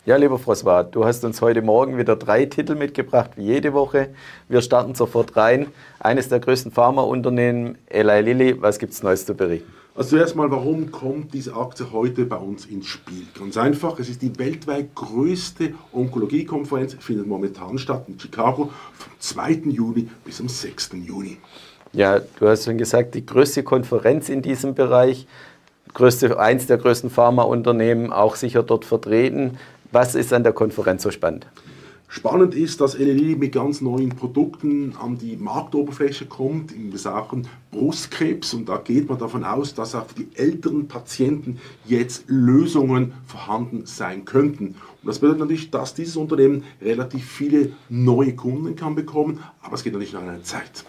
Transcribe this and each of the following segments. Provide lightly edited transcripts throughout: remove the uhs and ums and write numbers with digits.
Ja, lieber François, du hast uns heute Morgen wieder 3 Titel mitgebracht, wie jede Woche. Wir starten sofort rein. Eines der größten Pharmaunternehmen, Eli Lilly. Was gibt es Neues zu berichten? Also zuerst mal, warum kommt diese Aktie heute bei uns ins Spiel? Ganz einfach, es ist die weltweit größte Onkologiekonferenz, findet momentan statt in Chicago vom 2. Juni bis zum 6. Juni. Ja, du hast schon gesagt, die größte Konferenz in diesem Bereich, eins der größten Pharmaunternehmen, auch sicher dort vertreten. Was ist an der Konferenz so spannend? Spannend ist, dass Eli Lilly mit ganz neuen Produkten an die Marktoberfläche kommt in Sachen Brustkrebs, und da geht man davon aus, dass auch für die älteren Patienten jetzt Lösungen vorhanden sein könnten. Und das bedeutet natürlich, dass dieses Unternehmen relativ viele neue Kunden kann bekommen, aber es geht natürlich nach einer Zeit.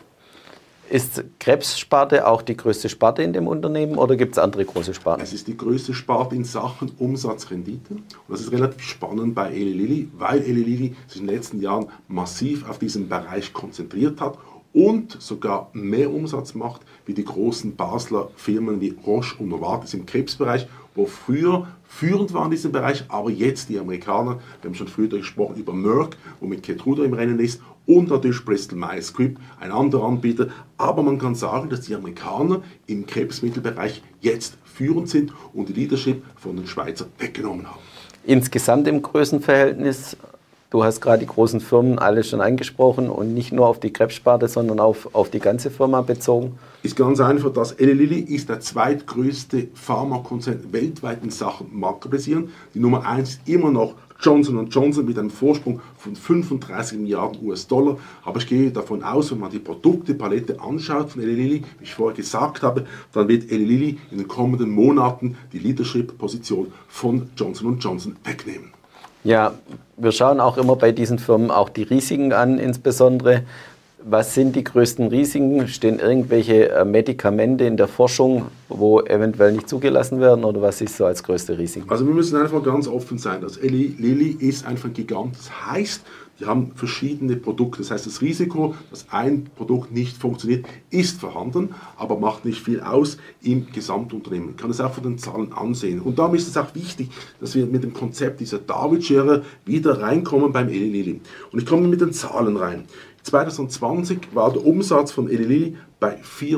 Ist Krebssparte auch die größte Sparte in dem Unternehmen oder gibt es andere große Sparten? Es ist die größte Sparte in Sachen Umsatzrendite. Und das ist relativ spannend bei Eli Lilly, weil Eli Lilly sich in den letzten Jahren massiv auf diesen Bereich konzentriert hat und sogar mehr Umsatz macht wie die großen Basler Firmen wie Roche und Novartis im Krebsbereich, wo früher führend waren in diesem Bereich, aber jetzt die Amerikaner, wir haben schon früher gesprochen über Merck, wo mit Keytruda im Rennen ist, und natürlich Bristol Myers Squibb, ein anderer Anbieter. Aber man kann sagen, dass die Amerikaner im Krebsmittelbereich jetzt führend sind und die Leadership von den Schweizern weggenommen haben. Insgesamt im Größenverhältnis, du hast gerade die großen Firmen alle schon angesprochen und nicht nur auf die Krebssparte, sondern auf die ganze Firma bezogen. Ist ganz einfach, dass Eli Lilly ist der zweitgrößte Pharmakonzern weltweit in Sachen Marktkapitalisierung. Die Nummer 1 ist immer noch Johnson & Johnson mit einem Vorsprung von 35 Milliarden US-Dollar. Aber ich gehe davon aus, wenn man die Produktepalette anschaut von Eli Lilly, wie ich vorher gesagt habe, dann wird Eli Lilly in den kommenden Monaten die Leadership-Position von Johnson & Johnson wegnehmen. Ja, wir schauen auch immer bei diesen Firmen auch die Risiken an, insbesondere. Was sind die größten Risiken? Stehen irgendwelche Medikamente in der Forschung, wo eventuell nicht zugelassen werden, oder was ist so als größte Risiko? Also wir müssen einfach ganz offen sein. Das Eli Lilly ist einfach ein Gigant. Das heißt, die haben verschiedene Produkte. Das heißt, das Risiko, dass ein Produkt nicht funktioniert, ist vorhanden, aber macht nicht viel aus im Gesamtunternehmen. Man kann es auch von den Zahlen ansehen. Und darum ist es auch wichtig, dass wir mit dem Konzept dieser David-Schere wieder reinkommen beim Eli Lilly. Und ich komme mit den Zahlen rein. 2020 war der Umsatz von Eli Lilly bei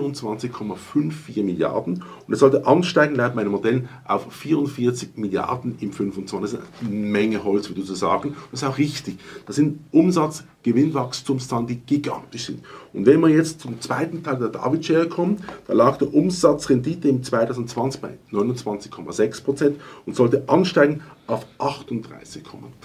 24,54 Milliarden und es sollte ansteigen laut meinen Modellen auf 44 Milliarden im 25. Das ist eine Menge Holz, wie du zu sagen. Das ist auch richtig. Das sind Umsatz-Gewinnwachstumszahlen, die gigantisch sind. Und wenn wir jetzt zum zweiten Teil der David-Schere kommen, da lag der Umsatzrendite im 2020 bei 29,6% und sollte ansteigen auf 38,3%.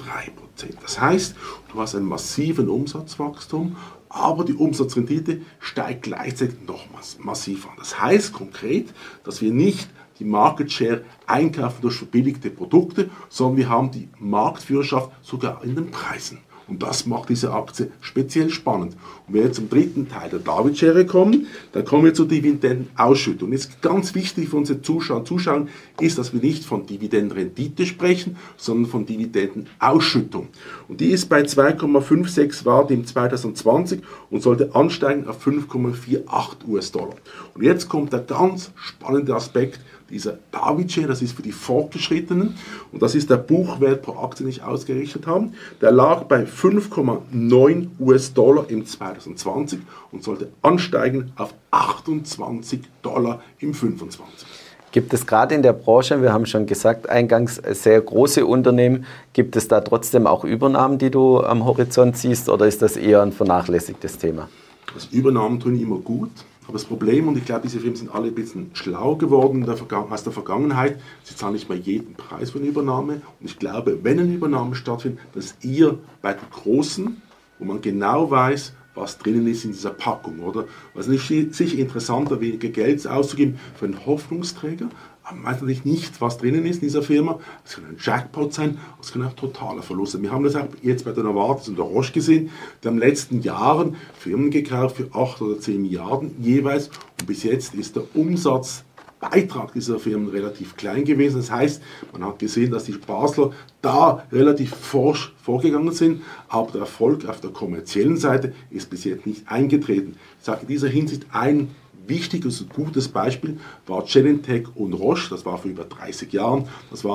Das heißt, du hast einen massiven Umsatzwachstum, aber die Umsatzrendite steigt gleichzeitig noch massiv an. Das heißt konkret, dass wir nicht die Market Share einkaufen durch verbilligte Produkte, sondern wir haben die Marktführerschaft sogar in den Preisen. Und das macht diese Aktie speziell spannend. Und wenn wir zum dritten Teil der David-Schere kommen, dann kommen wir zur Dividendenausschüttung. Und jetzt ganz wichtig für unsere Zuschauer und Zuschauer ist, dass wir nicht von Dividendenrendite sprechen, sondern von Dividendenausschüttung. Und die ist bei 2,56 Watt im 2020 und sollte ansteigen auf 5,48 US-Dollar. Und jetzt kommt der ganz spannende Aspekt dieser David-Schere, das ist für die Fortgeschrittenen und das ist der Buchwert pro Aktie, den ich ausgerichtet habe. Der lag bei 5,9 US-Dollar im 2020 und sollte ansteigen auf 28 Dollar im 2025. Gibt es gerade in der Branche, wir haben schon gesagt, eingangs sehr große Unternehmen, gibt es da trotzdem auch Übernahmen, die du am Horizont siehst, oder ist das eher ein vernachlässigtes Thema? Das Übernahmen tun immer gut. Aber das Problem, und ich glaube, diese Firmen sind alle ein bisschen schlau geworden aus der Vergangenheit, sie zahlen nicht mehr jeden Preis für eine Übernahme. Und ich glaube, wenn eine Übernahme stattfindet, dass ihr bei den Großen, wo man genau weiß, was drinnen ist in dieser Packung, oder? Also es ist sicher interessanter, weniger Geld auszugeben für einen Hoffnungsträger, aber man weiß natürlich nicht, was drinnen ist in dieser Firma. Es kann ein Jackpot sein, es kann auch totaler Verlust sein. Wir haben das auch jetzt bei der Novartis und der Roche gesehen. Die haben in den letzten Jahren Firmen gekauft für 8 oder 10 Milliarden jeweils und bis jetzt ist der Umsatzbeitrag dieser Firmen relativ klein gewesen. Das heißt, man hat gesehen, dass die Basler da relativ forsch vorgegangen sind, aber der Erfolg auf der kommerziellen Seite ist bis jetzt nicht eingetreten. Ich sage in dieser Hinsicht ein wichtiges und gutes Beispiel war Genentech und Roche, das war vor über 30 Jahren, das war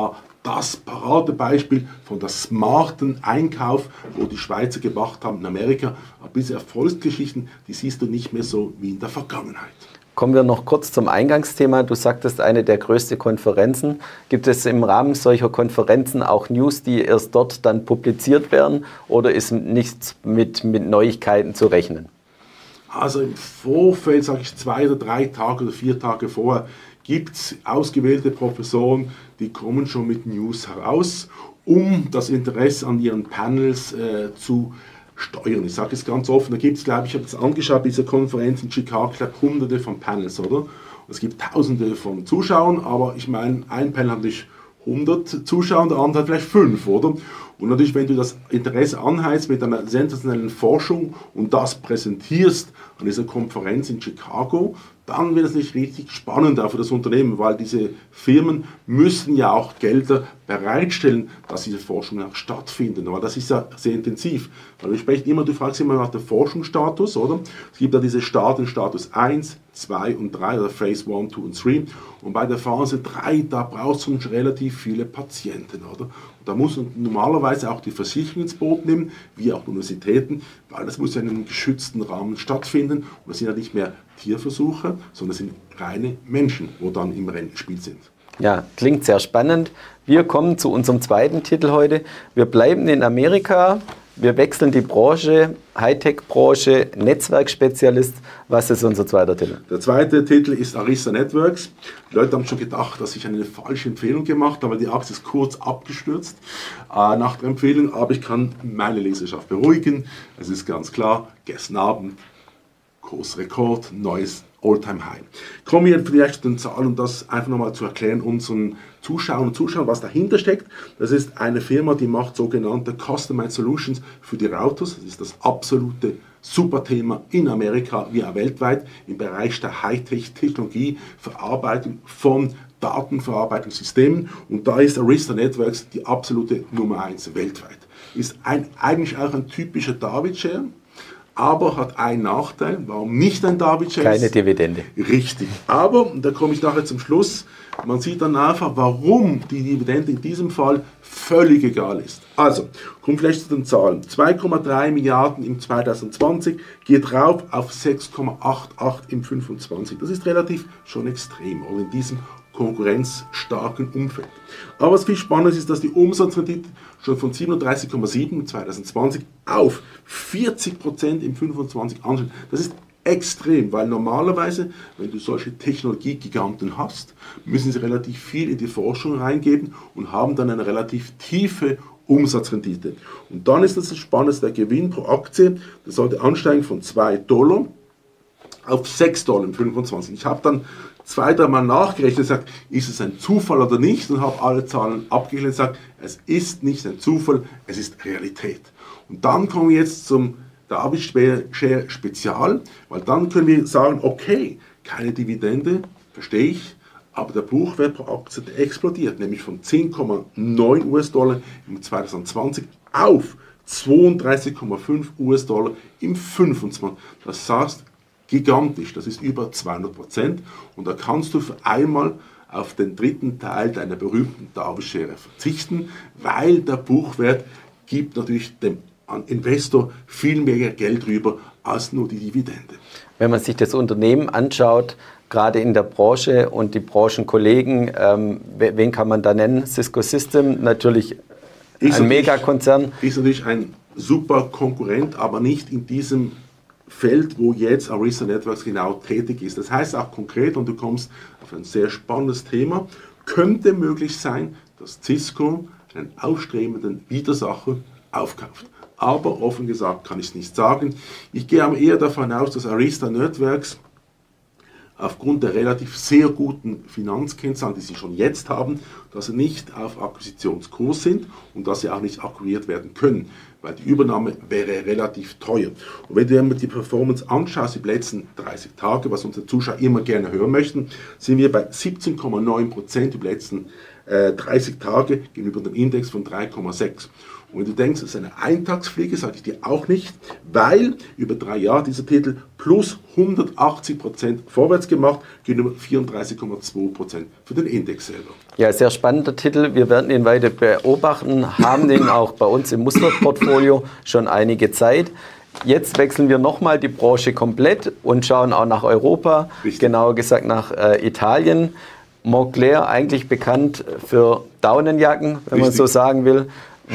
das Paradebeispiel von der smarten Einkauf, wo die Schweizer gemacht haben in Amerika. Aber diese Erfolgsgeschichten, die siehst du nicht mehr so wie in der Vergangenheit. Kommen wir noch kurz zum Eingangsthema. Du sagtest, eine der größten Konferenzen. Gibt es im Rahmen solcher Konferenzen auch News, die erst dort dann publiziert werden, oder ist nichts mit Neuigkeiten zu rechnen? Also im Vorfeld, sage ich 2 oder 3 Tage oder 4 Tage vorher, gibt es ausgewählte Professoren, die kommen schon mit News heraus, um das Interesse an ihren Panels zu steuern. Ich sage es ganz offen, da gibt es, glaube ich habe es angeschaut, bei dieser Konferenz in Chicago, ich glaube, hunderte von Panels, oder? Und es gibt tausende von Zuschauern, aber ich meine, ein Panel hat nicht 100 Zuschauer, der andere hat vielleicht 5, oder? Und natürlich, wenn du das Interesse anheizt mit einer sensationellen Forschung und das präsentierst an dieser Konferenz in Chicago, dann wird es nicht richtig spannend auch für das Unternehmen, weil diese Firmen müssen ja auch Gelder bereitstellen, dass diese Forschungen auch stattfinden, weil das ist ja sehr intensiv. Weil du fragst immer nach dem Forschungsstatus, oder? Es gibt ja diese Status 1, 2 und 3, oder Phase 1, 2 und 3. Und bei der Phase 3, da brauchst du schon relativ viele Patienten, oder? Und da muss normalerweise auch die Versicherung ins Boot nehmen, wie auch die Universitäten, weil das muss ja in einem geschützten Rahmen stattfinden. Und das sind ja nicht mehr Tierversuche, sondern es sind reine Menschen, wo dann im Rennspiel sind. Ja, klingt sehr spannend. Wir kommen zu unserem zweiten Titel heute. Wir bleiben in Amerika. Wir wechseln die Branche, Hightech-Branche, Netzwerkspezialist. Was ist unser zweiter Titel? Der zweite Titel ist Arista Networks. Die Leute haben schon gedacht, dass ich eine falsche Empfehlung gemacht habe, aber die Aktie ist kurz abgestürzt nach der Empfehlung. Aber ich kann meine Leserschaft beruhigen. Es ist ganz klar, gestern Abend Kursrekord, neues All-Time-High. Kommen wir vielleicht zu den Zahlen, um das einfach nochmal zu erklären unseren Zuschauern und Zuschauern, was dahinter steckt. Das ist eine Firma, die macht sogenannte Customized Solutions für die Routers. Das ist das absolute Superthema in Amerika wie auch weltweit im Bereich der Hightech-Technologie, Verarbeitung von Datenverarbeitungssystemen. Und da ist Arista Networks die absolute Nummer 1 weltweit. Ist eigentlich auch ein typischer David-Share, aber hat einen Nachteil. Warum nicht ein David-Share? Keine Dividende. Richtig. Aber, da komme ich nachher zum Schluss, man sieht dann einfach, warum die Dividende in diesem Fall völlig egal ist. Also, kommen vielleicht zu den Zahlen. 2,3 Milliarden im 2020, geht rauf auf 6,88 im 25. Das ist relativ schon extrem, oder in diesem konkurrenzstarken Umfeld. Aber was viel spannender ist, dass die Umsatzrendite schon von 37,7 im 2020 auf 40% im 25 ansteigt. Das ist extrem, weil normalerweise, wenn du solche Technologiegiganten hast, müssen sie relativ viel in die Forschung reingeben und haben dann eine relativ tiefe Umsatzrendite. Und dann ist das Spannende, der Gewinn pro Aktie, das sollte ansteigen von $2 auf $6 im 25. Ich habe dann 2-3 Mal nachgerechnet und gesagt, ist es ein Zufall oder nicht, und habe alle Zahlen abgerechnet und gesagt, es ist nicht ein Zufall, es ist Realität. Und dann kommen wir jetzt zum David-Share Spezial, weil dann können wir sagen, okay, keine Dividende, verstehe ich, aber der Buchwert pro Aktie explodiert, nämlich von 10,9 US-Dollar im 2020 auf 32,5 US-Dollar im 25. Das heißt, gigantisch, das ist über 200%, und da kannst du für einmal auf den dritten Teil deiner berühmten David-Share verzichten, weil der Buchwert gibt natürlich dem Investor viel mehr Geld rüber als nur die Dividende. Wenn man sich das Unternehmen anschaut, gerade in der Branche und die Branchenkollegen, wen kann man da nennen? Cisco Systems, natürlich ein Megakonzern. Ist natürlich ein super Konkurrent, aber nicht in diesem Feld, wo jetzt Arista Networks genau tätig ist. Das heißt auch konkret, und du kommst auf ein sehr spannendes Thema, könnte möglich sein, dass Cisco einen aufstrebenden Widersacher aufkauft. Aber offen gesagt kann ich es nicht sagen. Ich gehe aber eher davon aus, dass Arista Networks aufgrund der relativ sehr guten Finanzkennzahlen, die sie schon jetzt haben, dass sie nicht auf Akquisitionskurs sind und dass sie auch nicht akquiriert werden können, weil die Übernahme wäre relativ teuer. Und wenn du dir die Performance anschaust, die letzten 30 Tage, was unsere Zuschauer immer gerne hören möchten, sind wir bei 17,9% über die letzten 30 Tage gegenüber dem Index von 3,6. Und wenn du denkst, das ist eine Eintagsfliege, sage ich dir auch nicht, weil über 3 Jahre dieser Titel plus 180% vorwärts gemacht, gegenüber 34,2% für den Index selber. Ja, sehr spannender Titel. Wir werden ihn weiter beobachten, haben den auch bei uns im Musterportfolio schon einige Zeit. Jetzt wechseln wir nochmal die Branche komplett und schauen auch nach Europa, Richtig. genauer gesagt nach Italien. Moncler, eigentlich bekannt für Daunenjacken, wenn man so sagen will.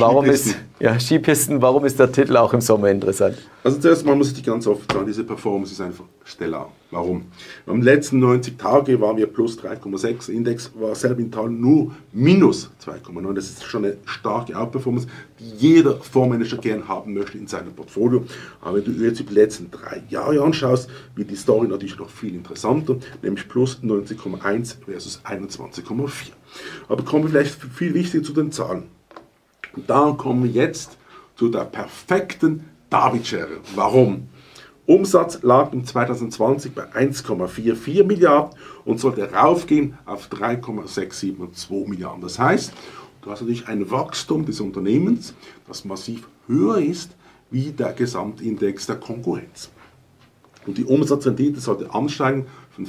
Skipisten, warum ist der Titel auch im Sommer interessant? Also zuerst mal muss ich ganz offen sagen, diese Performance ist einfach stellar. Warum? Am letzten 90 Tage waren wir plus 3,6, Index war selber in Italien nur minus 2,9. Das ist schon eine starke Outperformance, die jeder Fondsmanager gern haben möchte in seinem Portfolio. Aber wenn du jetzt die letzten 3 Jahre anschaust, wird die Story natürlich noch viel interessanter, nämlich plus 19,1 versus 21,4. Aber kommen wir vielleicht viel wichtiger zu den Zahlen. Und da kommen wir jetzt zu der perfekten David-Schere. Warum? Umsatz lag in 2020 bei 1,44 Milliarden und sollte raufgehen auf 3,672 Milliarden. Das heißt, du hast natürlich ein Wachstum des Unternehmens, das massiv höher ist wie der Gesamtindex der Konkurrenz. Und die Umsatzrendite sollte ansteigen von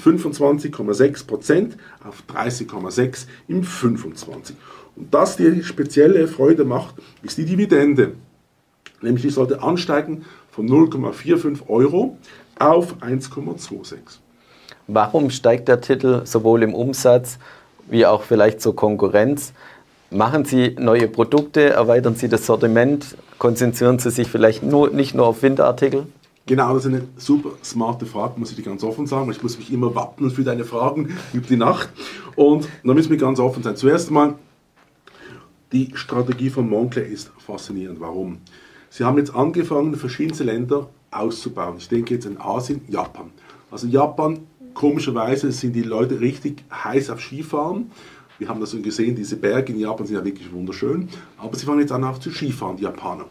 25,6% auf 30,6% im 25%. Und das die spezielle Freude macht, ist die Dividende. Nämlich die sollte ansteigen von 0,45 Euro auf 1,26. Warum steigt der Titel sowohl im Umsatz wie auch vielleicht zur Konkurrenz? Machen Sie neue Produkte, erweitern Sie das Sortiment, konzentrieren Sie sich vielleicht nicht nur auf Winterartikel? Genau, das ist eine super smarte Frage, muss ich dir ganz offen sagen. Ich muss mich immer wappnen für deine Fragen über die Nacht. Und da müssen wir ganz offen sein. Zuerst mal, die Strategie von Moncler ist faszinierend. Warum? Sie haben jetzt angefangen, verschiedenste Länder auszubauen. Ich denke jetzt an Asien, Japan. Also Japan, komischerweise sind die Leute richtig heiß auf Skifahren. Wir haben das schon gesehen, diese Berge in Japan sind ja wirklich wunderschön. Aber sie fangen jetzt an auch zu Skifahren, die Japaner.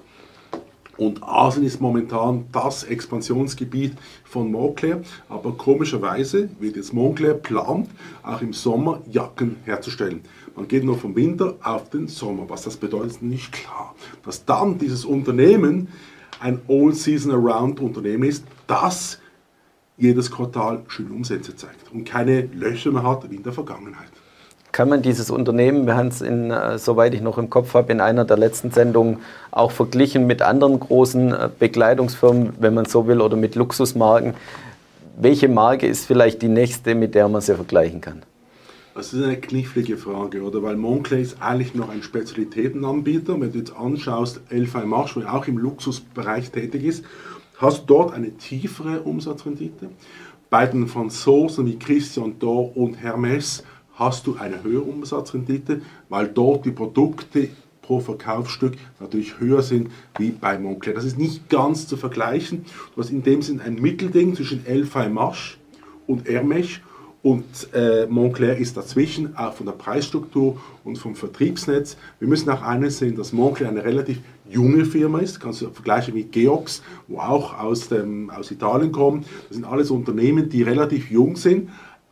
Und Asien ist momentan das Expansionsgebiet von Moncler. Aber komischerweise wird jetzt Moncler plant, auch im Sommer Jacken herzustellen. Man geht nur vom Winter auf den Sommer. Was das bedeutet, ist nicht klar. Dass dann dieses Unternehmen ein All-Season-Around-Unternehmen ist, das jedes Quartal schöne Umsätze zeigt und keine Löcher mehr hat wie in der Vergangenheit. Kann man dieses Unternehmen, wir haben es, soweit ich noch im Kopf habe, in einer der letzten Sendungen auch verglichen mit anderen großen Bekleidungsfirmen, wenn man so will, oder mit Luxusmarken. Welche Marke ist vielleicht die nächste, mit der man sie vergleichen kann? Das ist eine knifflige Frage, oder? Weil Moncler ist eigentlich noch ein Spezialitätenanbieter. Wenn du jetzt anschaust, LVMH, wo auch im Luxusbereich tätig ist, hast du dort eine tiefere Umsatzrendite. Bei den Franzosen wie Christian Dior und Hermès hast du eine höhere Umsatzrendite, weil dort die Produkte pro Verkaufsstück natürlich höher sind wie bei Moncler. Das ist nicht ganz zu vergleichen. Du hast in dem Sinn ein Mittelding zwischen LVMH und Hermès. Und Moncler ist dazwischen, auch von der Preisstruktur und vom Vertriebsnetz. Wir müssen auch eines sehen, dass Moncler eine relativ junge Firma ist. Kannst du vergleichen mit Geox, wo auch aus Italien kommen. Das sind alles Unternehmen, die relativ jung sind,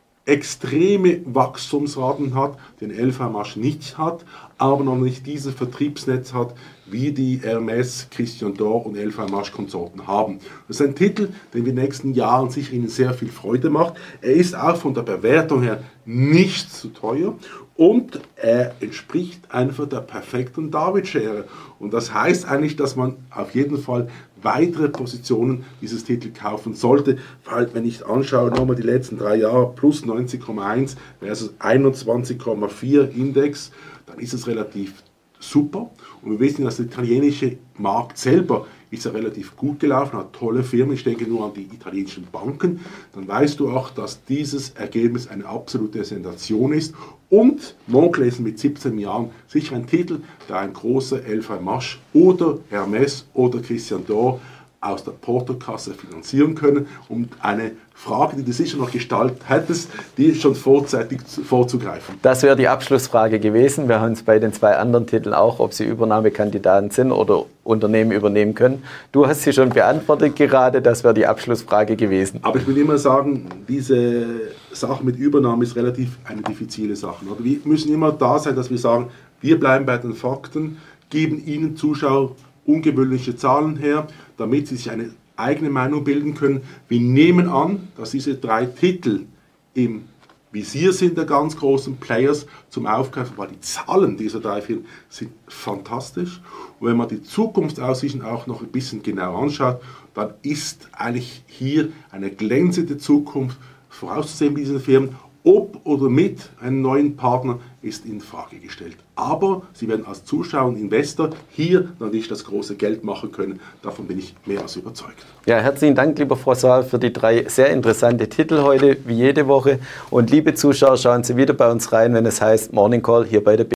extreme Wachstumsraten hat, den LVMH nicht hat, aber noch nicht dieses Vertriebsnetz hat, wie die Hermès, Christian Dior und LVMH-Konsorten haben. Das ist ein Titel, den wir in den nächsten Jahren sicher Ihnen sehr viel Freude macht. Er ist auch von der Bewertung her nicht zu teuer und er entspricht einfach der perfekten David-Schere. Und das heißt eigentlich, dass man auf jeden Fall weitere Positionen dieses Titel kaufen sollte, weil wenn ich anschaue, nochmal die letzten 3 Jahre plus 90,1 versus 21,4 Index, dann ist es relativ super. Und wir wissen, dass der italienische Markt selber ist ja relativ gut gelaufen, hat tolle Firmen, ich denke nur an die italienischen Banken. Dann weißt du auch, dass dieses Ergebnis eine absolute Sensation ist. Und Moncler ist mit 17 Jahren sicher ein Titel, der ein großer LVMH oder Hermès oder Christian Dior aus der Portokasse finanzieren können, um eine Frage, die du sicher noch gestaltet hättest, die schon vorzeitig vorzugreifen. Das wäre die Abschlussfrage gewesen. Wir haben es bei den 2 anderen Titeln auch, ob sie Übernahmekandidaten sind oder Unternehmen übernehmen können. Du hast sie schon beantwortet gerade, das wäre die Abschlussfrage gewesen. Aber ich will immer sagen, diese Sache mit Übernahme ist relativ eine diffizile Sache. Oder? Wir müssen immer da sein, dass wir sagen, wir bleiben bei den Fakten, geben Ihnen Zuschauer ungewöhnliche Zahlen her, damit Sie sich eine eigene Meinung bilden können. Wir nehmen an, dass diese 3 Titel im Visier sind der ganz großen Players zum Aufgreifen, weil die Zahlen dieser 3 Firmen sind fantastisch. Und wenn man die Zukunftsaussichten auch noch ein bisschen genauer anschaut, dann ist eigentlich hier eine glänzende Zukunft vorauszusehen bei diesen Firmen. Ob oder mit einem neuen Partner ist in Frage gestellt. Aber Sie werden als Zuschauer und Investor hier natürlich das große Geld machen können. Davon bin ich mehr als überzeugt. Ja, herzlichen Dank, lieber François, für die 3 sehr interessante Titel heute, wie jede Woche. Und liebe Zuschauer, schauen Sie wieder bei uns rein, wenn es heißt Morning Call hier bei der